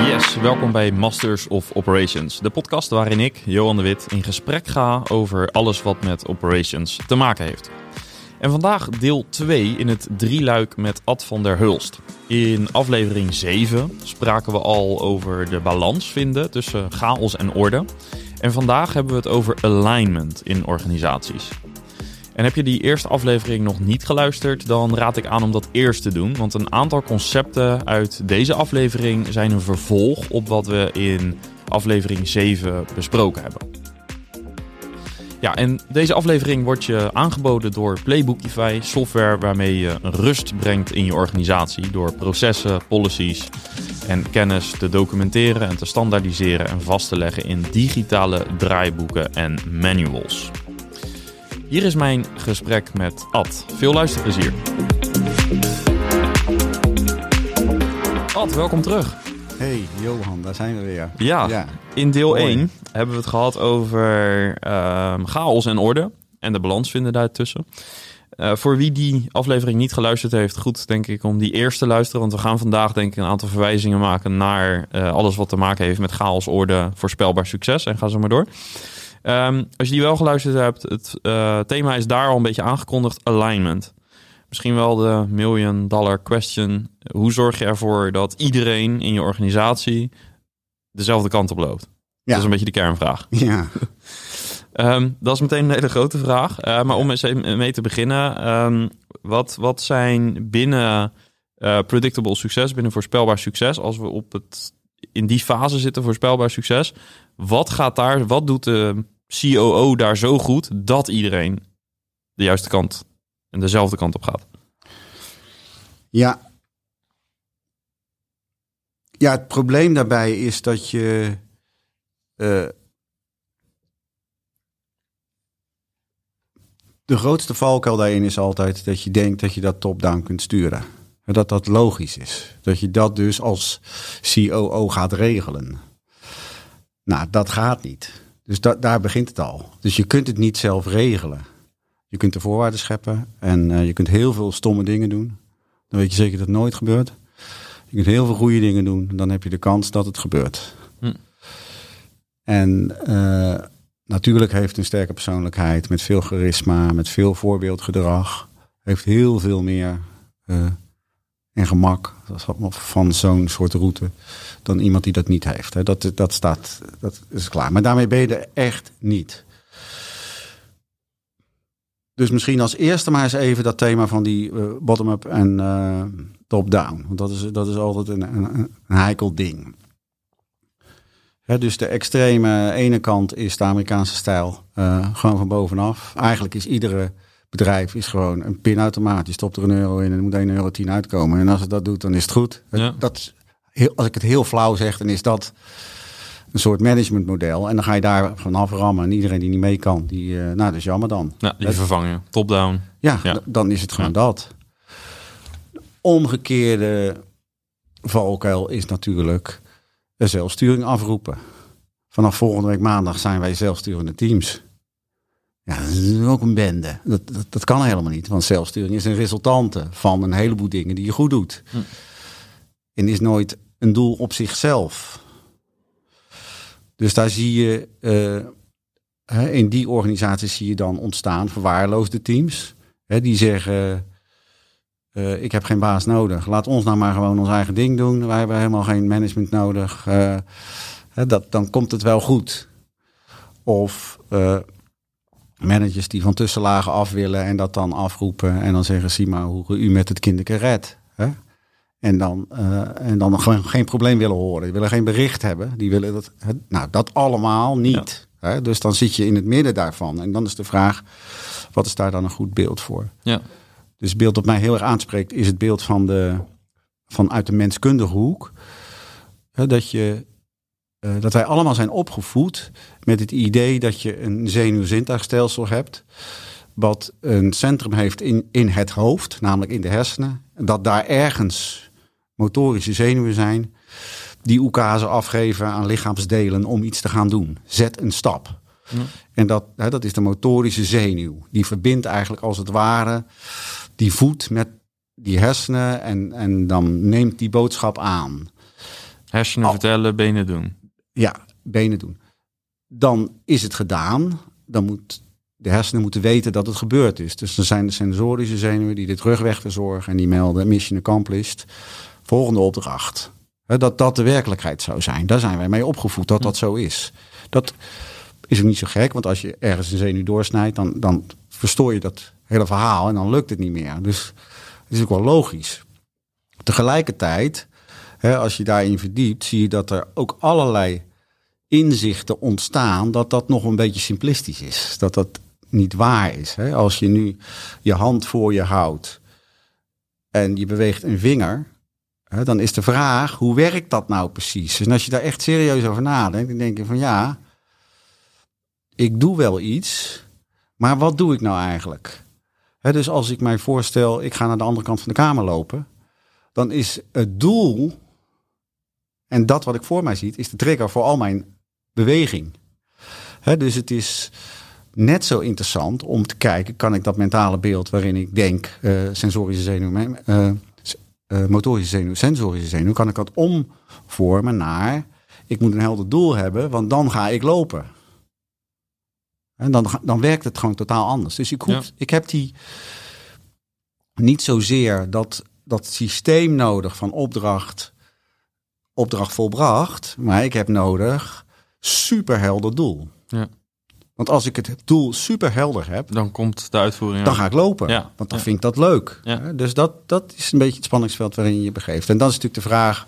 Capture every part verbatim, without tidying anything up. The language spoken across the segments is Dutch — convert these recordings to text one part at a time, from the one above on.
Yes, welkom bij Masters of Operations, de podcast waarin ik, Johan de Wit, in gesprek ga over alles wat met operations te maken heeft. En vandaag deel twee in het drieluik met Ad van der Hulst. In aflevering zeven spraken we al over de balans vinden tussen chaos en orde. En vandaag hebben we het over alignment in organisaties. En heb je die eerste aflevering nog niet geluisterd, dan raad ik aan om dat eerst te doen. Want een aantal concepten uit deze aflevering zijn een vervolg op wat we in aflevering zeven besproken hebben. Ja, en deze aflevering wordt je aangeboden door Playbookify, software waarmee je rust brengt in je organisatie door processen, policies en kennis te documenteren en te standaardiseren en vast te leggen in digitale draaiboeken en manuals. Hier is mijn gesprek met Ad. Veel luisterplezier. Ad, welkom terug. Hey Johan, daar zijn we weer. Ja, ja. In deel Hoi. één hebben we het gehad over uh, chaos en orde en de balans vinden daartussen. Uh, voor wie die aflevering niet geluisterd heeft, goed denk ik om die eerst te luisteren. Want we gaan vandaag denk ik een aantal verwijzingen maken naar uh, alles wat te maken heeft met chaos, orde, voorspelbaar succes. En ga zo maar door. Um, als je die wel geluisterd hebt, het uh, thema is daar al een beetje aangekondigd, alignment. Misschien wel de million dollar question. Hoe zorg je ervoor dat iedereen in je organisatie dezelfde kant op loopt? Ja. Dat is een beetje de kernvraag. Ja. um, dat is meteen een hele grote vraag. Uh, maar om eens even mee te beginnen. Um, wat, wat zijn binnen uh, predictable succes, binnen voorspelbaar succes, als we op het, in die fase zitten, voorspelbaar succes, wat gaat daar, wat doet de C O O daar zo goed dat iedereen de juiste kant en dezelfde kant op gaat? Ja. Ja, het probleem daarbij is dat je uh, de grootste valkuil daarin is altijd dat je denkt dat je dat top-down kunt sturen. Dat dat logisch is. Dat je dat dus als C O O gaat regelen. Nou, dat gaat niet. Dus da- daar begint het al. Dus je kunt het niet zelf regelen. Je kunt de voorwaarden scheppen en uh, je kunt heel veel stomme dingen doen. Dan weet je zeker dat het nooit gebeurt. Je kunt heel veel goede dingen doen. Dan heb je de kans dat het gebeurt. Hm. En uh, natuurlijk heeft een sterke persoonlijkheid met veel charisma, met veel voorbeeldgedrag, heeft heel veel meer uh, en gemak van zo'n soort route dan iemand die dat niet heeft. Hè. Dat, dat staat, dat is klaar. Maar daarmee ben je er echt niet. Dus misschien als eerste maar eens even dat thema van die uh, bottom-up en uh, top-down. Want dat is, dat is altijd een, een, een heikel ding. Hè, dus de extreme ene kant is de Amerikaanse stijl. Uh, gewoon van bovenaf. Eigenlijk is iedere bedrijf is gewoon een pinautomaat. Je stopt er een euro in en er moet één euro tien uitkomen. En als het dat doet, dan is het goed. Ja. Dat is heel, als ik het heel flauw zeg, dan is dat een soort managementmodel. En dan ga je daar vanaf rammen. En iedereen die niet mee kan, die, uh, nou, dat is jammer dan. Ja, die vervangen. Top-down. Ja, ja, d- dan is het gewoon ja. dat. Omgekeerde valkuil is natuurlijk de zelfsturing afroepen. Vanaf volgende week maandag zijn wij zelfsturende teams. Ja, dat is ook een bende. Dat, dat, dat kan helemaal niet. Want zelfsturing is een resultante van een heleboel dingen die je goed doet. Hm. En is nooit een doel op zichzelf. Dus daar zie je, uh, in die organisaties zie je dan ontstaan verwaarloosde teams. Hè, die zeggen, uh, ik heb geen baas nodig. Laat ons nou maar gewoon ons eigen ding doen. Wij hebben helemaal geen management nodig. Uh, hè, dat, dan komt het wel goed. Of Uh, managers die van tussenlagen af willen en dat dan afroepen. En dan zeggen, zie maar hoe u met het kinderke redt. Hè? En dan, uh, en dan gewoon geen probleem willen horen. Die willen geen bericht hebben. Die willen dat, nou, dat allemaal niet. Ja. Hè? Dus dan zit je in het midden daarvan. En dan is de vraag, wat is daar dan een goed beeld voor? Ja. Dus het beeld dat mij heel erg aanspreekt is het beeld van de, vanuit de menskundige hoek. Hè, dat je Uh, dat wij allemaal zijn opgevoed met het idee dat je een zenuwzintuigstelsel hebt, wat een centrum heeft in, in het hoofd, namelijk in de hersenen. Dat daar ergens motorische zenuwen zijn die oekazen afgeven aan lichaamsdelen om iets te gaan doen. Zet een stap. Ja. En dat, hè, dat is de motorische zenuw. Die verbindt eigenlijk als het ware die voet met die hersenen en, en dan neemt die boodschap aan. Hersenen al, vertellen, benen doen. Ja, benen doen. Dan is het gedaan. Dan moet de hersenen moeten weten dat het gebeurd is. Dus er zijn de sensorische zenuwen die de terugweg verzorgen en die melden mission accomplished. Volgende opdracht. Dat dat de werkelijkheid zou zijn. Daar zijn wij mee opgevoed dat dat zo is. Dat is ook niet zo gek, want als je ergens een zenuw doorsnijdt, dan, dan verstoor je dat hele verhaal en dan lukt het niet meer. Dus het is ook wel logisch. Tegelijkertijd, hè, als je daarin verdiept, zie je dat er ook allerlei inzichten ontstaan dat dat nog een beetje simplistisch is. Dat dat niet waar is. Hè. Als je nu je hand voor je houdt en je beweegt een vinger, hè, dan is de vraag, hoe werkt dat nou precies? En als je daar echt serieus over nadenkt, dan denk je van ja, ik doe wel iets, maar wat doe ik nou eigenlijk? Hè, dus als ik mij voorstel, ik ga naar de andere kant van de kamer lopen, dan is het doel, en dat wat ik voor mij zie, is de trigger voor al mijn beweging. He, dus het is net zo interessant om te kijken, kan ik dat mentale beeld waarin ik denk, uh, sensorische zenuw, uh, uh, motorische zenuw, sensorische zenuw, kan ik dat omvormen naar, ik moet een helder doel hebben, want dan ga ik lopen. En dan, dan werkt het gewoon totaal anders. Dus ik, hoef, ja. ik heb die niet zozeer dat, dat systeem nodig van opdracht, opdracht volbracht, maar ik heb nodig superhelder doel. Ja. Want als ik het doel superhelder heb, dan komt de uitvoering. Dan ga ik lopen, ja. want dan ja. vind ik dat leuk. Ja. Dus dat, dat is een beetje het spanningsveld waarin je je begeeft. En dan is natuurlijk de vraag,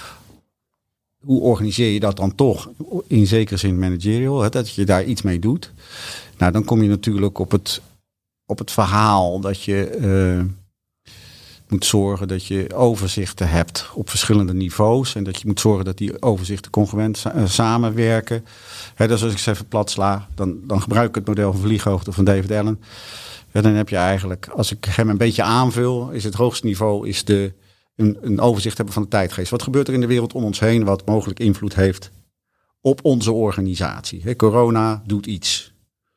hoe organiseer je dat dan toch in zekere zin managerial, hè, dat je daar iets mee doet. Nou, dan kom je natuurlijk op het, op het verhaal dat je uh, moet zorgen dat je overzichten hebt op verschillende niveaus. En dat je moet zorgen dat die overzichten congruent sa- samenwerken. He, dus als ik ze even plat sla, dan, dan gebruik ik het model van vlieghoogte van David Allen. Ja, dan heb je eigenlijk, als ik hem een beetje aanvul, is het hoogste niveau is de, een, een overzicht hebben van de tijdgeest. Wat gebeurt er in de wereld om ons heen wat mogelijk invloed heeft op onze organisatie? He, corona doet iets.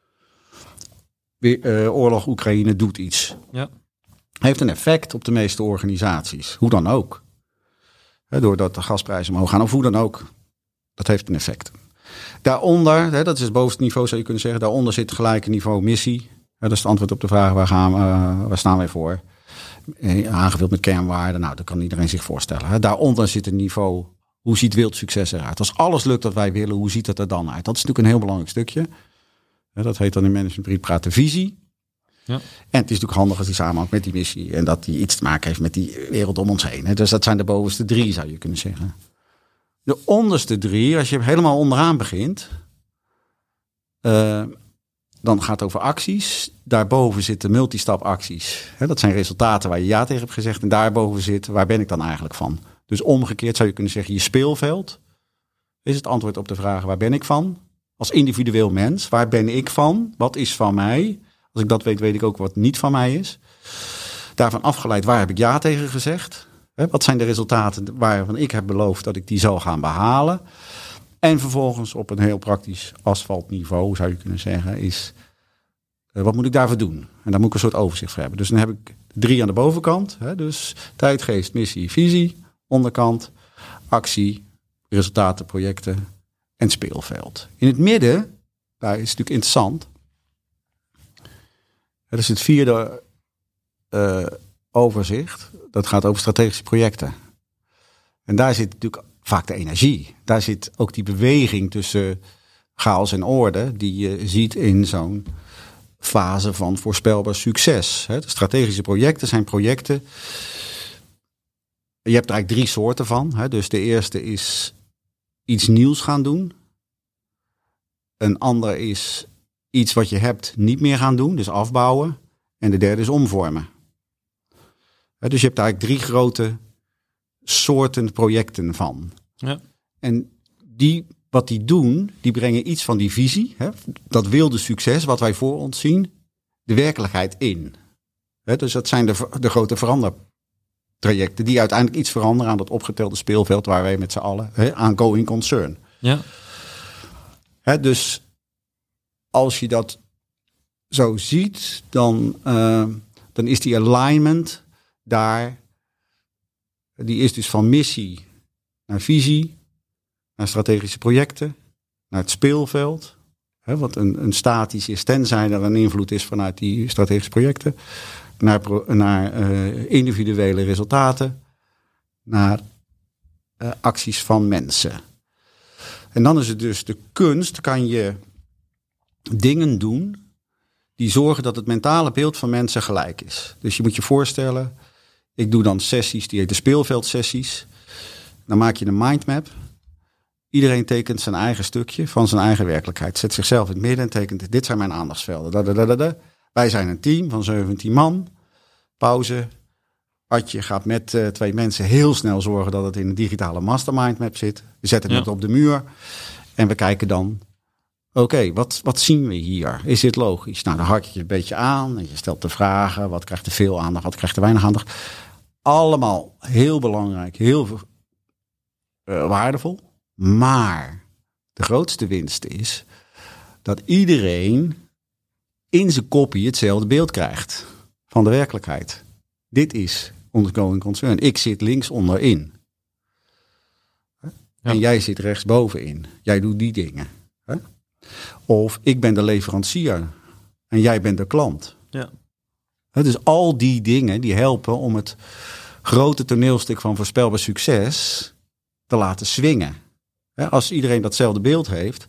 We, uh, oorlog Oekraïne doet iets. Ja. Heeft een effect op de meeste organisaties. Hoe dan ook. He, doordat de gasprijzen omhoog gaan of hoe dan ook. Dat heeft een effect. Daaronder, he, dat is het bovenste niveau zou je kunnen zeggen. Daaronder zit gelijk een niveau missie. He, dat is het antwoord op de vraag waar, gaan we, uh, waar staan wij voor. He, aangevuld met kernwaarden. Nou, dat kan iedereen zich voorstellen. He, daaronder zit een niveau. Hoe ziet wild succes eruit? Als alles lukt dat wij willen, hoe ziet het er dan uit? Dat is natuurlijk een heel belangrijk stukje. He, dat heet dan in Management praat de visie. Ja. En het is natuurlijk handig als die samenhangt met die missie. En dat die iets te maken heeft met die wereld om ons heen. Dus dat zijn de bovenste drie, zou je kunnen zeggen. De onderste drie, als je helemaal onderaan begint. Uh, dan gaat het over acties. Daarboven zitten multistap acties. He, dat zijn resultaten waar je ja tegen hebt gezegd. En daarboven zit, waar ben ik dan eigenlijk van? Dus omgekeerd zou je kunnen zeggen, je speelveld is het antwoord op de vraag, waar ben ik van? Als individueel mens, waar ben ik van? Wat is van mij? Als ik dat weet, weet ik ook wat niet van mij is. Daarvan afgeleid, waar heb ik ja tegen gezegd? He, wat zijn de resultaten waarvan ik heb beloofd dat ik die zal gaan behalen? En vervolgens op een heel praktisch asfaltniveau, zou je kunnen zeggen, is uh, wat moet ik daarvoor doen? En daar moet ik een soort overzicht voor hebben. Dus dan heb ik drie aan de bovenkant. Hè, dus tijdgeest, missie, visie. Onderkant, actie, resultaten, projecten en speelveld. In het midden, daar is het natuurlijk interessant. Dat is het vierde uh, overzicht. Dat gaat over strategische projecten. En daar zit natuurlijk vaak de energie. Daar zit ook die beweging tussen chaos en orde die je ziet in zo'n fase van voorspelbaar succes. De strategische projecten zijn projecten. Je hebt er eigenlijk drie soorten van. Dus de eerste is iets nieuws gaan doen. Een ander is iets wat je hebt niet meer gaan doen, dus afbouwen. En de derde is omvormen. Dus je hebt eigenlijk drie grote soorten projecten van. Ja. En die, wat die doen, die brengen iets van die visie, hè, dat wilde succes wat wij voor ons zien, de werkelijkheid in. Hè, dus dat zijn de, de grote verandertrajecten die uiteindelijk iets veranderen aan dat opgetelde speelveld waar wij met z'n allen hè, aan going concern. Ja. Hè, dus als je dat zo ziet, dan, uh, dan is die alignment daar, die is dus van missie naar visie, naar strategische projecten, naar het speelveld. Hè, wat een, een statisch is, tenzij er een invloed is vanuit die strategische projecten. Naar, pro, naar uh, individuele resultaten. Naar uh, acties van mensen. En dan is het dus de kunst, kan je dingen doen die zorgen dat het mentale beeld van mensen gelijk is. Dus je moet je voorstellen, ik doe dan sessies, die heet de speelveldsessies. Dan maak je een mindmap. Iedereen tekent zijn eigen stukje van zijn eigen werkelijkheid. Zet zichzelf in het midden en tekent, dit zijn mijn aandachtsvelden. Da, da, da, da, da. Wij zijn een team van zeventien man. Pauze. Adje gaat met uh, twee mensen heel snel zorgen dat het in een digitale mastermind map zit. We zetten ja. het op de muur. En we kijken dan, oké, okay, wat, wat zien we hier? Is dit logisch? Nou, dan hak je het een beetje aan. En je stelt de vragen. Wat krijgt er veel aandacht? Wat krijgt er weinig aandacht? Allemaal heel belangrijk. Heel uh, waardevol. Maar de grootste winst is dat iedereen in zijn kopie hetzelfde beeld krijgt van de werkelijkheid. Dit is ons going concern. Ik zit links onderin. Ja. En jij zit rechts bovenin. Jij doet die dingen. Of ik ben de leverancier en jij bent de klant. Ja. Dus al die dingen die helpen om het grote toneelstuk van voorspelbaar succes te laten swingen. Als iedereen datzelfde beeld heeft,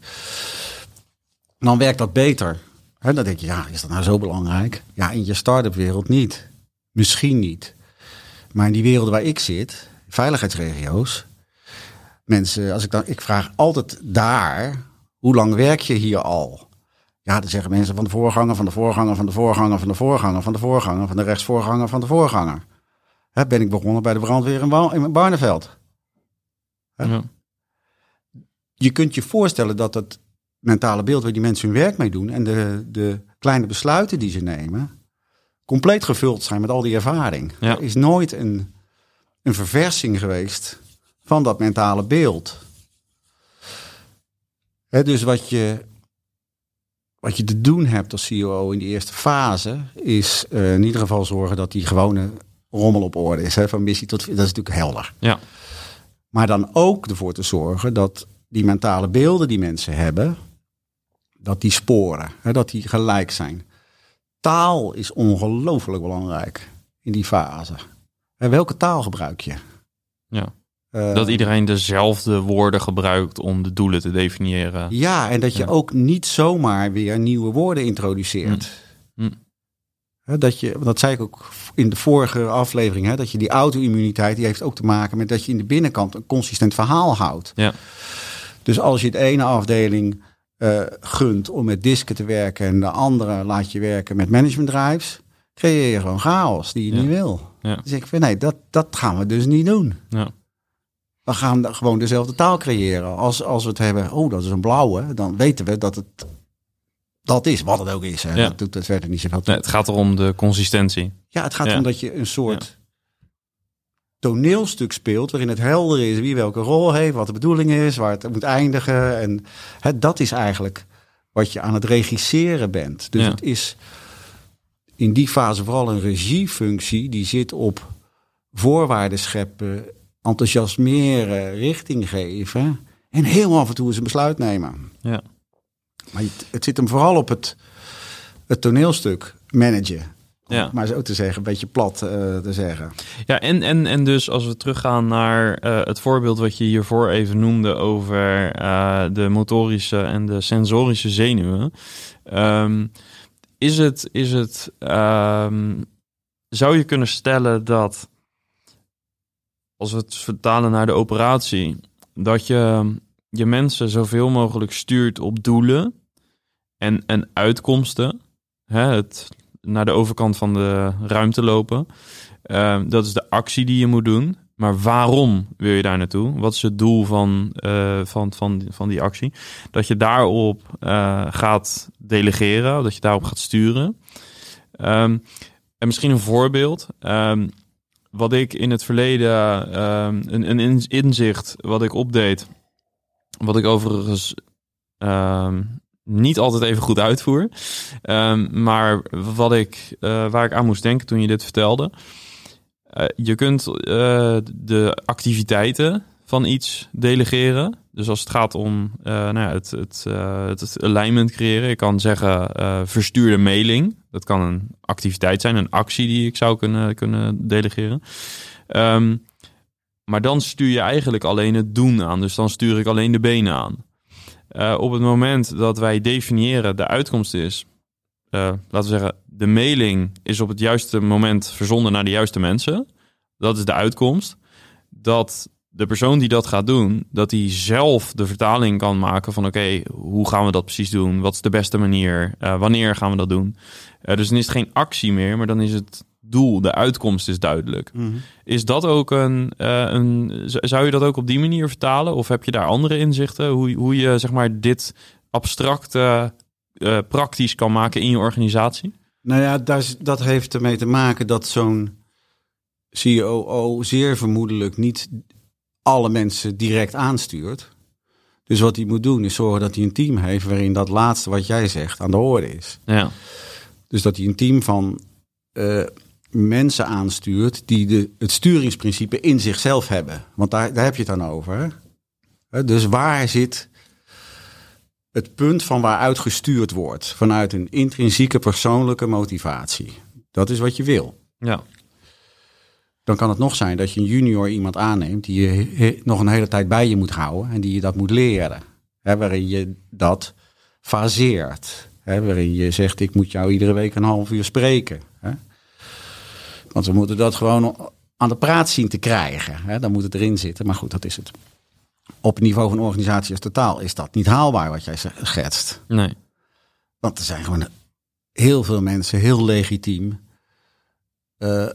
dan werkt dat beter. Dan denk je, ja, is dat nou zo belangrijk? Ja, in je start-up wereld niet. Misschien niet. Maar in die wereld waar ik zit, veiligheidsregio's, mensen, als ik dan, ik vraag altijd daar, hoe lang werk je hier al? Ja, dan zeggen mensen van de voorganger, van de voorganger, van de voorganger, van de voorganger, van de voorganger, van de rechtsvoorganger, van de voorganger. Hè, ben ik begonnen bij de brandweer in, Wa- in Barneveld. Hè? Ja. Je kunt je voorstellen dat het mentale beeld waar die mensen hun werk mee doen en de, de kleine besluiten die ze nemen, compleet gevuld zijn met al die ervaring. Ja. Er is nooit een, een verversing geweest van dat mentale beeld. He, dus wat je, wat je te doen hebt als C E O in die eerste fase is uh, in ieder geval zorgen dat die gewone rommel op orde is. He, van missie tot, dat is natuurlijk helder. Ja. Maar dan ook ervoor te zorgen dat die mentale beelden die mensen hebben, dat die sporen, he, dat die gelijk zijn. Taal is ongelooflijk belangrijk in die fase. En welke taal gebruik je? Ja. Uh, dat iedereen dezelfde woorden gebruikt om de doelen te definiëren. Ja, en dat je ja. ook niet zomaar weer nieuwe woorden introduceert. Mm. Mm. Dat je, dat zei ik ook in de vorige aflevering, hè, dat je die auto-immuniteit, die heeft ook te maken met dat je in de binnenkant een consistent verhaal houdt. Ja. Dus als je de ene afdeling uh, gunt om met disken te werken en de andere laat je werken met management drives, creëer je gewoon chaos die je ja. niet wil. Ja. Dus ik vind, nee, dat, dat gaan we dus niet doen. Ja. We gaan gewoon dezelfde taal creëren. Als, als we het hebben, oh, dat is een blauwe, dan weten we dat het dat is, wat het ook is. Hè. Ja. Dat doet het verder niet zoveel. Nee, het gaat erom de consistentie. Ja, het gaat ja. erom dat je een soort ja. toneelstuk speelt waarin het helder is wie welke rol heeft, wat de bedoeling is, waar het moet eindigen. En hè, dat is eigenlijk wat je aan het regisseren bent. Dus ja. het is in die fase vooral een regiefunctie die zit op voorwaarden scheppen, enthousiasmeren, richting geven en heel af en toe eens een besluit nemen. Ja. Maar het, het zit hem vooral op het, het toneelstuk managen. Ja. Maar zo te zeggen, een beetje plat uh, te zeggen. Ja, en, en, en dus als we teruggaan naar uh, het voorbeeld wat je hiervoor even noemde over uh, de motorische en de sensorische zenuwen. Um, is het, is het um, zou je kunnen stellen dat, als we het vertalen naar de operatie, dat je je mensen zoveel mogelijk stuurt op doelen en, en uitkomsten. Hè, het naar de overkant van de ruimte lopen. Uh, dat is de actie die je moet doen. Maar waarom wil je daar naartoe? Wat is het doel van, uh, van, van, van die actie? Dat je daarop uh, gaat delegeren. Dat je daarop gaat sturen. Um, en misschien een voorbeeld. Um, wat ik in het verleden, um, een, een inzicht wat ik opdeed, wat ik overigens um, niet altijd even goed uitvoer. Um, maar wat ik, uh, waar ik aan moest denken toen je dit vertelde. Uh, je kunt uh, de activiteiten van iets delegeren. Dus als het gaat om uh, nou ja, het, het, uh, het, het alignment creëren. Ik kan zeggen uh, verstuur de mailing. Dat kan een activiteit zijn, een actie die ik zou kunnen, kunnen delegeren. Um, maar dan stuur je eigenlijk alleen het doen aan. Dus dan stuur ik alleen de benen aan. Uh, op het moment dat wij definiëren de uitkomst is... Uh, laten we zeggen, de mailing is op het juiste moment verzonden naar de juiste mensen. Dat is de uitkomst. Dat de persoon die dat gaat doen, dat hij zelf de vertaling kan maken van oké, okay, hoe gaan we dat precies doen? Wat is de beste manier? Uh, wanneer gaan we dat doen? Uh, dus dan is het geen actie meer, maar dan is het doel, de uitkomst is duidelijk. Mm-hmm. Is dat ook een, uh, een... Zou je dat ook op die manier vertalen? Of heb je daar andere inzichten? Hoe, hoe je zeg maar dit abstracte uh, praktisch kan maken in je organisatie? Nou ja, dat, dat heeft ermee te maken dat zo'n C O O zeer vermoedelijk niet alle mensen direct aanstuurt. Dus wat hij moet doen is zorgen dat hij een team heeft waarin dat laatste wat jij zegt aan de orde is. Ja. Dus dat hij een team van uh, mensen aanstuurt die de, het sturingsprincipe in zichzelf hebben. Want daar, daar heb je het dan over. Hè? Dus waar zit het punt van waaruit gestuurd wordt? Vanuit een intrinsieke persoonlijke motivatie. Dat is wat je wil. Ja. Dan kan het nog zijn dat je een junior iemand aanneemt die je he, nog een hele tijd bij je moet houden en die je dat moet leren. Hè, waarin je dat faseert. Hè, waarin je zegt, ik moet jou iedere week een half uur spreken. Hè. Want we moeten dat gewoon aan de praat zien te krijgen. Hè. Dan moet het erin zitten. Maar goed, dat is het. Op het niveau van organisatie als totaal is dat niet haalbaar wat jij schetst. Nee. Want er zijn gewoon heel veel mensen, heel legitiem, Uh,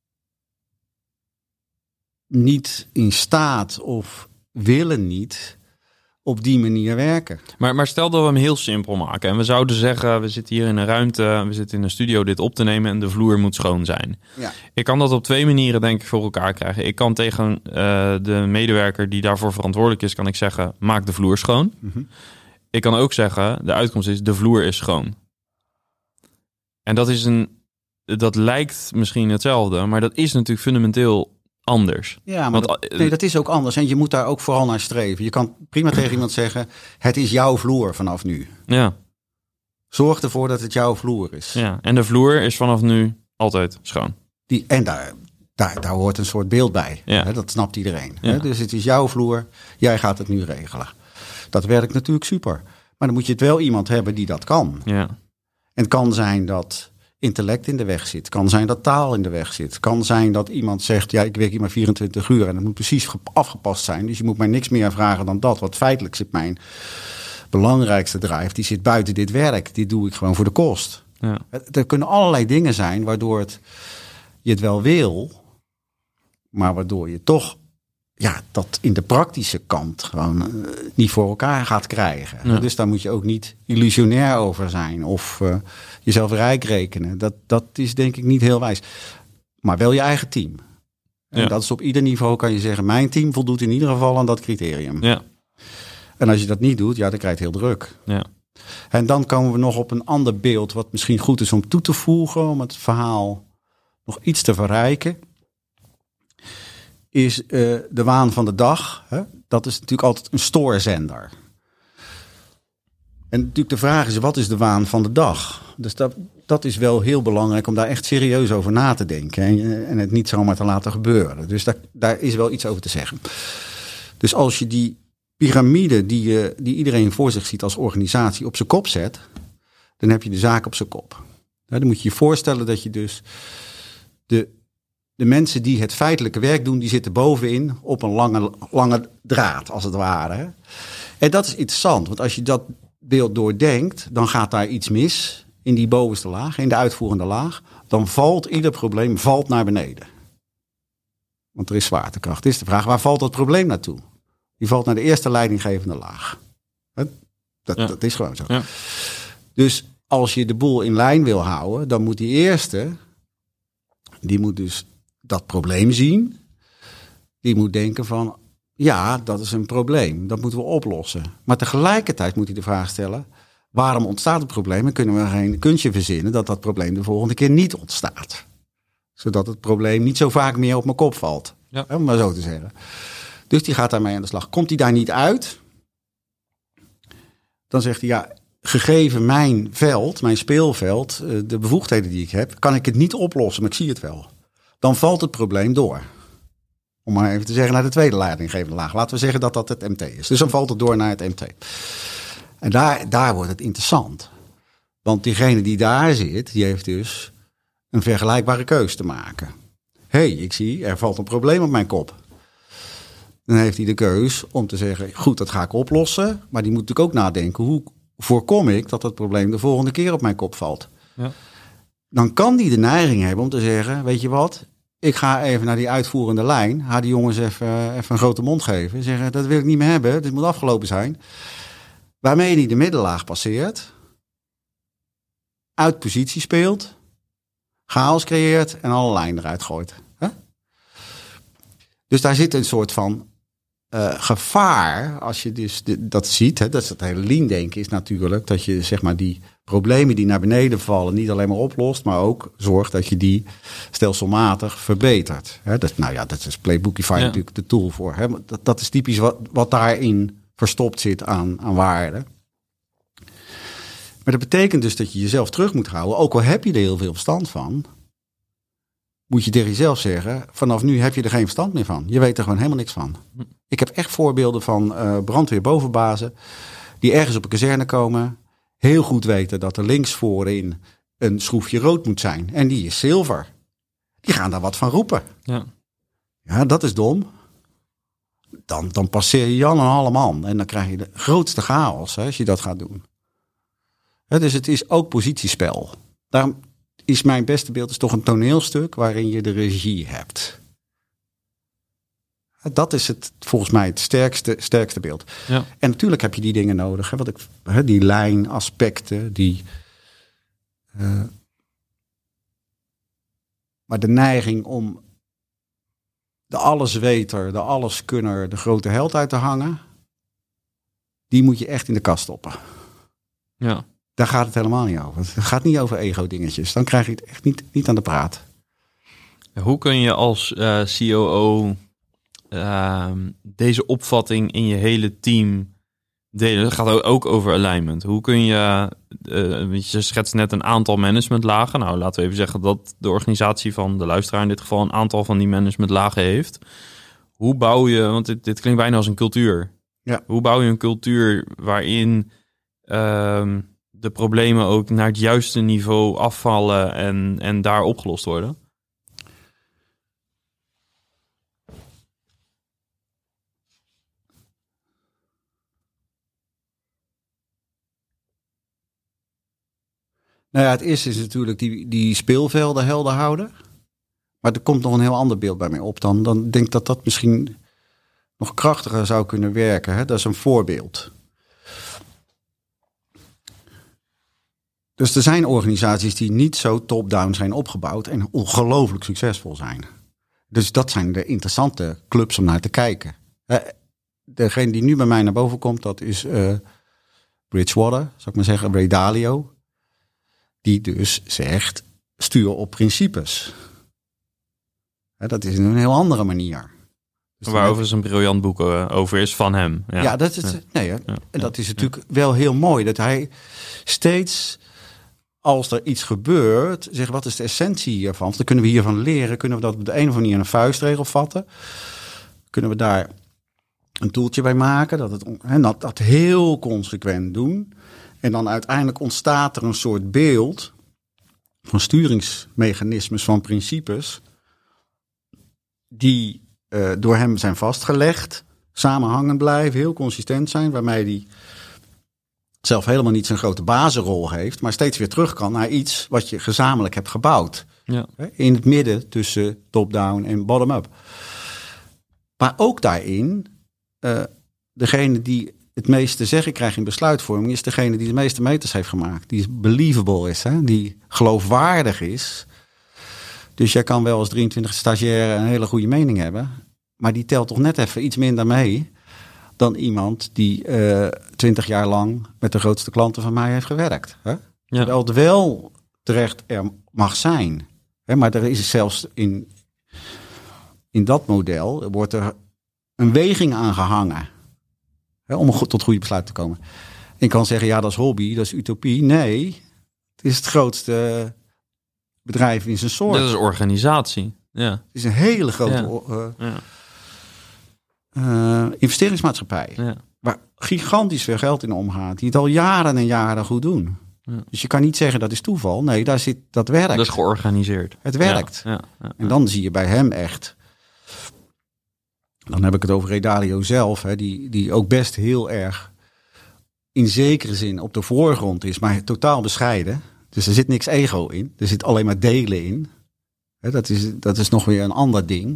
niet in staat of willen niet op die manier werken. Maar, maar stel dat we hem heel simpel maken. En we zouden zeggen, we zitten hier in een ruimte, we zitten in een studio dit op te nemen en de vloer moet schoon zijn. Ja. Ik kan dat op twee manieren denk ik voor elkaar krijgen. Ik kan tegen uh, de medewerker die daarvoor verantwoordelijk is, kan ik zeggen, maak de vloer schoon. Mm-hmm. Ik kan ook zeggen, de uitkomst is, de vloer is schoon. En dat is een, dat lijkt misschien hetzelfde, maar dat is natuurlijk fundamenteel anders. Ja, maar Want, dat, nee, dat is ook anders. En je moet daar ook vooral naar streven. Je kan prima tegen iemand zeggen, het is jouw vloer vanaf nu. Ja. Zorg ervoor dat het jouw vloer is. Ja, en de vloer is vanaf nu altijd schoon. Die, en daar, daar, daar hoort een soort beeld bij. Ja. Hè, dat snapt iedereen. Ja. Hè? Dus het is jouw vloer, jij gaat het nu regelen. Dat werkt natuurlijk super. Maar dan moet je het wel iemand hebben die dat kan. Ja. En het kan zijn dat intellect in de weg zit. Kan zijn dat taal in de weg zit. Kan zijn dat iemand zegt, ja, ik werk hier maar vierentwintig uur en dat moet precies afgepast zijn. Dus je moet mij niks meer vragen dan dat. Want feitelijk zit mijn belangrijkste drive, die zit buiten dit werk. Dit doe ik gewoon voor de kost. Ja. Er kunnen allerlei dingen zijn waardoor het, je het wel wil, maar waardoor je toch ja, dat in de praktische kant gewoon uh, niet voor elkaar gaat krijgen. Ja. Dus daar moet je ook niet illusionair over zijn of uh, jezelf rijk rekenen. Dat, dat is denk ik niet heel wijs. Maar wel je eigen team. En ja. dat is op ieder niveau kan je zeggen, mijn team voldoet in ieder geval aan dat criterium. Ja. En als je dat niet doet, ja, dan krijg je het heel druk. Ja. En dan komen we nog op een ander beeld wat misschien goed is om toe te voegen, om het verhaal nog iets te verrijken. Is uh, de waan van de dag. Hè? Dat is natuurlijk altijd een stoorzender. En natuurlijk de vraag is, wat is de waan van de dag? Dus dat, dat is wel heel belangrijk om daar echt serieus over na te denken. En, en het niet zomaar te laten gebeuren. Dus daar, daar is wel iets over te zeggen. Dus als je die piramide die, je, die iedereen voor zich ziet als organisatie op zijn kop zet, dan heb je de zaak op zijn kop. Nou, dan moet je je voorstellen dat je dus de... De mensen die het feitelijke werk doen, die zitten bovenin op een lange, lange draad, als het ware. En dat is interessant, want als je dat beeld doordenkt, dan gaat daar iets mis in die bovenste laag, in de uitvoerende laag. Dan valt ieder probleem valt naar beneden. Want er is zwaartekracht. Het is de vraag, waar valt dat probleem naartoe? Die valt naar de eerste leidinggevende laag. Dat, ja. dat is gewoon zo. Ja. Dus als je de boel in lijn wil houden, dan moet die eerste, die moet dus dat probleem zien. Die moet denken van, ja, dat is een probleem. Dat moeten we oplossen. Maar tegelijkertijd moet hij de vraag stellen, waarom ontstaat het probleem? En kunnen we geen kunstje verzinnen dat dat probleem de volgende keer niet ontstaat? Zodat het probleem niet zo vaak meer op mijn kop valt. Ja. Om maar zo te zeggen. Dus die gaat daarmee aan de slag. Komt hij daar niet uit, dan zegt hij, ja, gegeven mijn veld, mijn speelveld, de bevoegdheden die ik heb, kan ik het niet oplossen, maar ik zie het wel. Dan valt het probleem door. Om maar even te zeggen naar de tweede leidinggevende laag. Laten we zeggen dat dat het M T is. Dus dan valt het door naar het M T. En daar, daar wordt het interessant. Want diegene die daar zit, die heeft dus een vergelijkbare keus te maken. Hé, hey, ik zie, er valt een probleem op mijn kop. Dan heeft hij de keus om te zeggen, goed, dat ga ik oplossen. Maar die moet natuurlijk ook nadenken, hoe voorkom ik dat het probleem de volgende keer op mijn kop valt? Ja. Dan kan die de neiging hebben om te zeggen, weet je wat, ik ga even naar die uitvoerende lijn. Ga die jongens even, even een grote mond geven. Zeggen, dat wil ik niet meer hebben, dit moet afgelopen zijn. Waarmee hij de middenlaag passeert, uit positie speelt, chaos creëert en alle lijnen eruit gooit. Huh? Dus daar zit een soort van uh, gevaar, als je dus de, dat ziet, hè, dat is het hele lean-denken is natuurlijk, dat je zeg maar die problemen die naar beneden vallen niet alleen maar oplost, maar ook zorgt dat je die stelselmatig verbetert. Hè, dat, nou ja, dat is Playbookify ja. natuurlijk de tool voor. Hè. Dat, dat is typisch wat, wat daarin verstopt zit aan, aan waarde. Maar dat betekent dus dat je jezelf terug moet houden, ook al heb je er heel veel verstand van, moet je tegen jezelf zeggen, vanaf nu heb je er geen verstand meer van. Je weet er gewoon helemaal niks van. Ik heb echt voorbeelden van uh, brandweerbovenbazen die ergens op een kazerne komen, heel goed weten dat er links voorin een schroefje rood moet zijn. En die is zilver. Die gaan daar wat van roepen. Ja, ja dat is dom. Dan, dan passeer je Jan en alle man. En dan krijg je de grootste chaos hè, als je dat gaat doen. Ja, dus het is ook positiespel. Daarom is mijn beste beeld is toch een toneelstuk waarin je de regie hebt. Dat is het volgens mij het sterkste, sterkste beeld. Ja. En natuurlijk heb je die dingen nodig. Hè, wat ik, hè, die lijnaspecten, die. Uh, maar de neiging om de allesweter, de alleskunner, de grote held uit te hangen, die moet je echt in de kast stoppen. Ja. Daar gaat het helemaal niet over. Het gaat niet over ego-dingetjes. Dan krijg je het echt niet, niet aan de praat. Hoe kun je als uh, C O O uh, deze opvatting in je hele team delen? Het gaat ook over alignment. Hoe kun je, uh, je schetst net een aantal managementlagen. Nou, laten we even zeggen dat de organisatie van de luisteraar in dit geval een aantal van die managementlagen heeft. Hoe bouw je, want dit, dit klinkt bijna als een cultuur. Ja. Hoe bouw je een cultuur waarin Uh, de problemen ook naar het juiste niveau afvallen en, en daar opgelost worden? Nou ja, het eerste is natuurlijk die, die speelvelden helder houden. Maar er komt nog een heel ander beeld bij mij op. Dan, dan denk ik dat dat misschien nog krachtiger zou kunnen werken. Hè? Dat is een voorbeeld. Dus er zijn organisaties die niet zo top-down zijn opgebouwd en ongelooflijk succesvol zijn. Dus dat zijn de interessante clubs om naar te kijken. Degene die nu bij mij naar boven komt, dat is uh, Bridgewater, zou ik maar zeggen, Ray Dalio. Die dus zegt, stuur op principes. Dat is een heel andere manier. Dus waarover een briljant boek over is van hem. Ja, ja, dat, is, nee, ja. En dat is natuurlijk ja. wel heel mooi. Dat hij steeds, als er iets gebeurt, zegt wat is de essentie hiervan? Of dan kunnen we hiervan leren. Kunnen we dat op de een of andere manier een vuistregel vatten? Kunnen we daar een toeltje bij maken? Dat, het, en dat, dat heel consequent doen. En dan uiteindelijk ontstaat er een soort beeld van sturingsmechanismes, van principes, die uh, door hem zijn vastgelegd, samenhangend blijven, heel consistent zijn, waarmee hij zelf helemaal niet zijn grote bazenrol heeft, maar steeds weer terug kan naar iets wat je gezamenlijk hebt gebouwd. Ja. In het midden tussen top-down en bottom-up. Maar ook daarin, uh, degene die het meeste te zeggen krijgt in besluitvorming, is degene die de meeste meters heeft gemaakt. Die believable is, hè? Die geloofwaardig is. Dus jij kan wel als drieëntwintig stagiaire een hele goede mening hebben, maar die telt toch net even iets minder mee dan iemand die uh, twintig jaar lang met de grootste klanten van mij heeft gewerkt. Hè? Ja. Terwijl het wel terecht er mag zijn. Hè? Maar er is zelfs in, in dat model, wordt er een weging aan gehangen. Hè, om go- tot goede besluiten te komen. Je kan zeggen, ja, dat is hobby, dat is utopie. Nee, het is het grootste bedrijf in zijn soort. Dat is organisatie. Ja. Het is een hele grote Ja. uh, Ja. uh, investeringsmaatschappij. Ja. Waar gigantisch veel geld in omgaat. Die het al jaren en jaren goed doen. Ja. Dus je kan niet zeggen dat is toeval. Nee, daar zit, dat werkt. Dat is georganiseerd. Het werkt. Ja. Ja. Ja. En dan zie je bij hem echt. Dan heb ik het over Redalio zelf. Hè, die, die ook best heel erg in zekere zin op de voorgrond is. Maar totaal bescheiden. Dus er zit niks ego in. Er zit alleen maar delen in. Hè, dat is, dat is nog weer een ander ding.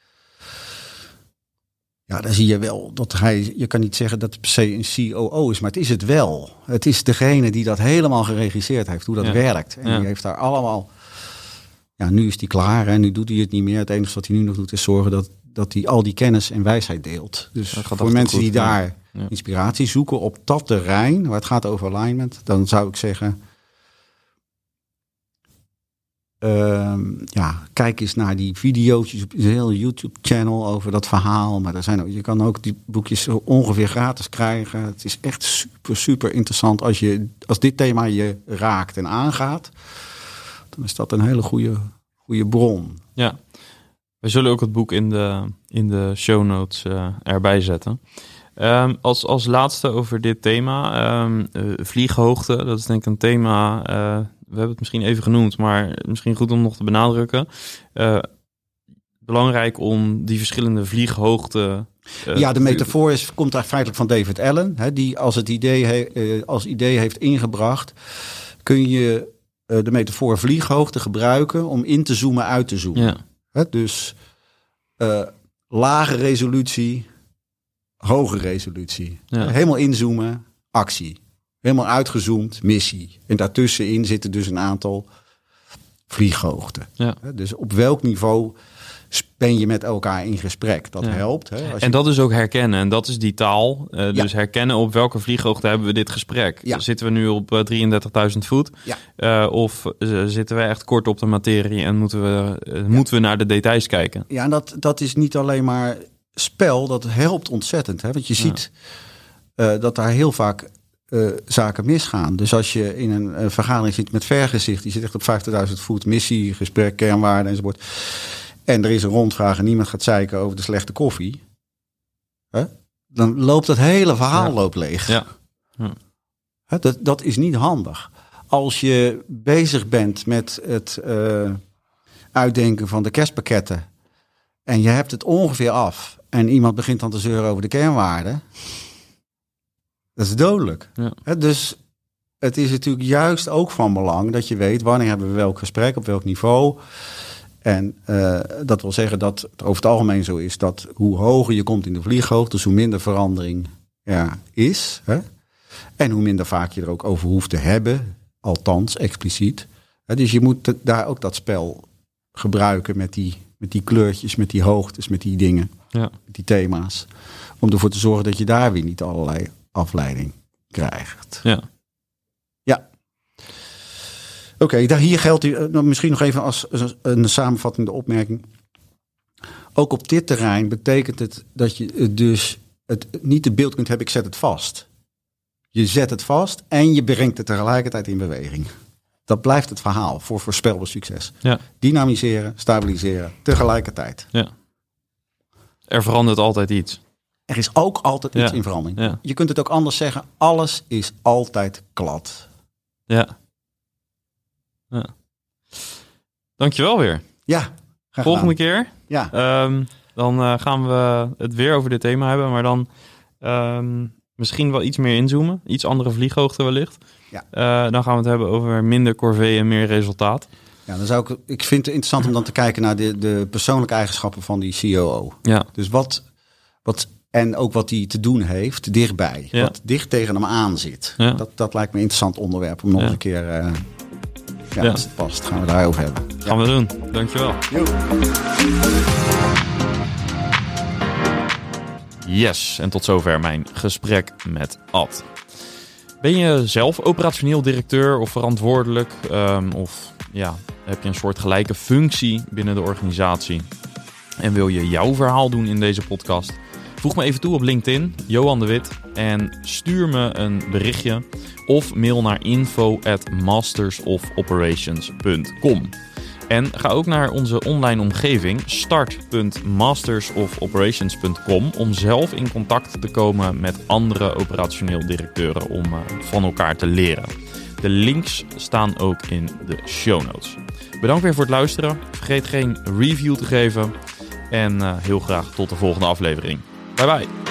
Ja, dan zie je wel dat hij, je kan niet zeggen dat het per se een C O O is, maar het is het wel. Het is degene die dat helemaal geregisseerd heeft, hoe dat Ja. werkt. En Ja. die heeft daar allemaal, ja, nu is hij klaar en nu doet hij het niet meer. Het enige wat hij nu nog doet is zorgen dat, dat hij al die kennis en wijsheid deelt. Dus Dat gaat voor echt mensen goed, die ja. daar Ja. inspiratie zoeken op dat terrein, waar het gaat over alignment, dan zou ik zeggen, Um, ja, kijk eens naar die video's op een heel YouTube-channel over dat verhaal. Maar er zijn ook, je kan ook die boekjes zo ongeveer gratis krijgen. Het is echt super, super interessant. Als, je, als dit thema je raakt en aangaat, dan is dat een hele goede, goede bron. Ja, we zullen ook het boek in de, in de show notes uh, erbij zetten. Um, als, als laatste over dit thema, um, uh, vlieghoogte, dat is denk ik een thema, uh, we hebben het misschien even genoemd, maar misschien goed om nog te benadrukken. Uh, belangrijk om die verschillende vlieghoogte... Uh, ja, de metafoor is, komt daar feitelijk van David Allen, hè, die als het idee, he, uh, als idee heeft ingebracht, kun je uh, de metafoor vlieghoogte gebruiken om in te zoomen, uit te zoomen. Ja. Hè, dus uh, lage resolutie, hoge resolutie. Ja. Helemaal inzoomen, actie. Helemaal uitgezoomd, missie. En daartussenin zitten dus een aantal vlieghoogten. Ja. Dus op welk niveau ben je met elkaar in gesprek? Dat ja. helpt. Hè? Als je... En dat is ook herkennen. En dat is die taal. Uh, ja. Dus herkennen op welke vlieghoogte hebben we dit gesprek. Ja. Zitten we nu op uh, drieëndertigduizend voet? Ja. Uh, of uh, zitten we echt kort op de materie en moeten we, uh, ja. moeten we naar de details kijken? Ja, en dat, dat is niet alleen maar spel. Dat helpt ontzettend. Hè? Want je ziet ja. uh, dat daar heel vaak uh, zaken misgaan. Dus als je in een uh, vergadering zit met vergezicht, die zit echt op vijftigduizend voet, missie, gesprek, kernwaarden enzovoort. En er is een rondvraag en niemand gaat zeiken over de slechte koffie. Hè? Dan loopt het hele verhaal ja. loopt leeg. Ja. Ja. Hè? Dat, dat is niet handig. Als je bezig bent met het uh, uitdenken van de kerstpakketten en je hebt het ongeveer af en iemand begint dan te zeuren over de kernwaarden, dat is dodelijk. Ja. Hè? Dus het is natuurlijk juist ook van belang dat je weet wanneer hebben we welk gesprek, op welk niveau. En uh, dat wil zeggen dat het over het algemeen zo is dat hoe hoger je komt in de vlieghoogte, dus hoe minder verandering er is. Hè? En hoe minder vaak je er ook over hoeft te hebben, althans expliciet. Hè? Dus je moet daar ook dat spel gebruiken met die, met die kleurtjes, met die hoogtes, met die dingen, ja. met die thema's. Om ervoor te zorgen dat je daar weer niet allerlei afleiding krijgt. Ja. Ja. Oké, okay, hier geldt uh, misschien nog even als een samenvattende opmerking. Ook op dit terrein betekent het dat je dus het niet het beeld kunt hebben, ik zet het vast. Je zet het vast en je brengt het tegelijkertijd in beweging. Dat blijft het verhaal voor voorspelbaar succes. Ja. Dynamiseren, stabiliseren, tegelijkertijd. Ja. Er verandert altijd iets. Er is ook altijd iets ja. in verandering. Ja. Je kunt het ook anders zeggen, alles is altijd klad. Ja. Ja. Dankjewel weer. Ja, graag Volgende gedaan. keer ja. um, dan uh, gaan we het weer over dit thema hebben, maar dan um, misschien wel iets meer inzoomen. Iets andere vlieghoogte wellicht. Ja. Uh, dan gaan we het hebben over minder corvée en meer resultaat. Ja, dan zou ik, ik vind het interessant om dan te kijken naar de, de persoonlijke eigenschappen van die C O O. Ja. Dus wat, wat en ook wat hij te doen heeft dichtbij. Ja. Wat dicht tegen hem aan zit. Ja. Dat, dat lijkt me een interessant onderwerp om nog ja. eens een keer, uh, ja, ja. als het past, gaan we daarover hebben. Gaan ja. we doen. Dankjewel. Jo. Yes, en tot zover mijn gesprek met Ad. Ben je zelf operationeel directeur of verantwoordelijk? Um, of ja, heb je een soort gelijke functie binnen de organisatie? En wil je jouw verhaal doen in deze podcast? Voeg me even toe op LinkedIn, Johan de Wit, en stuur me een berichtje of mail naar info at mastersofoperations punt com. En ga ook naar onze online omgeving start punt mastersofoperations punt com om zelf in contact te komen met andere operationeel directeuren om uh, van elkaar te leren. De links staan ook in de show notes. Bedankt weer voor het luisteren. Vergeet geen review te geven. En uh, heel graag tot de volgende aflevering. Bye bye.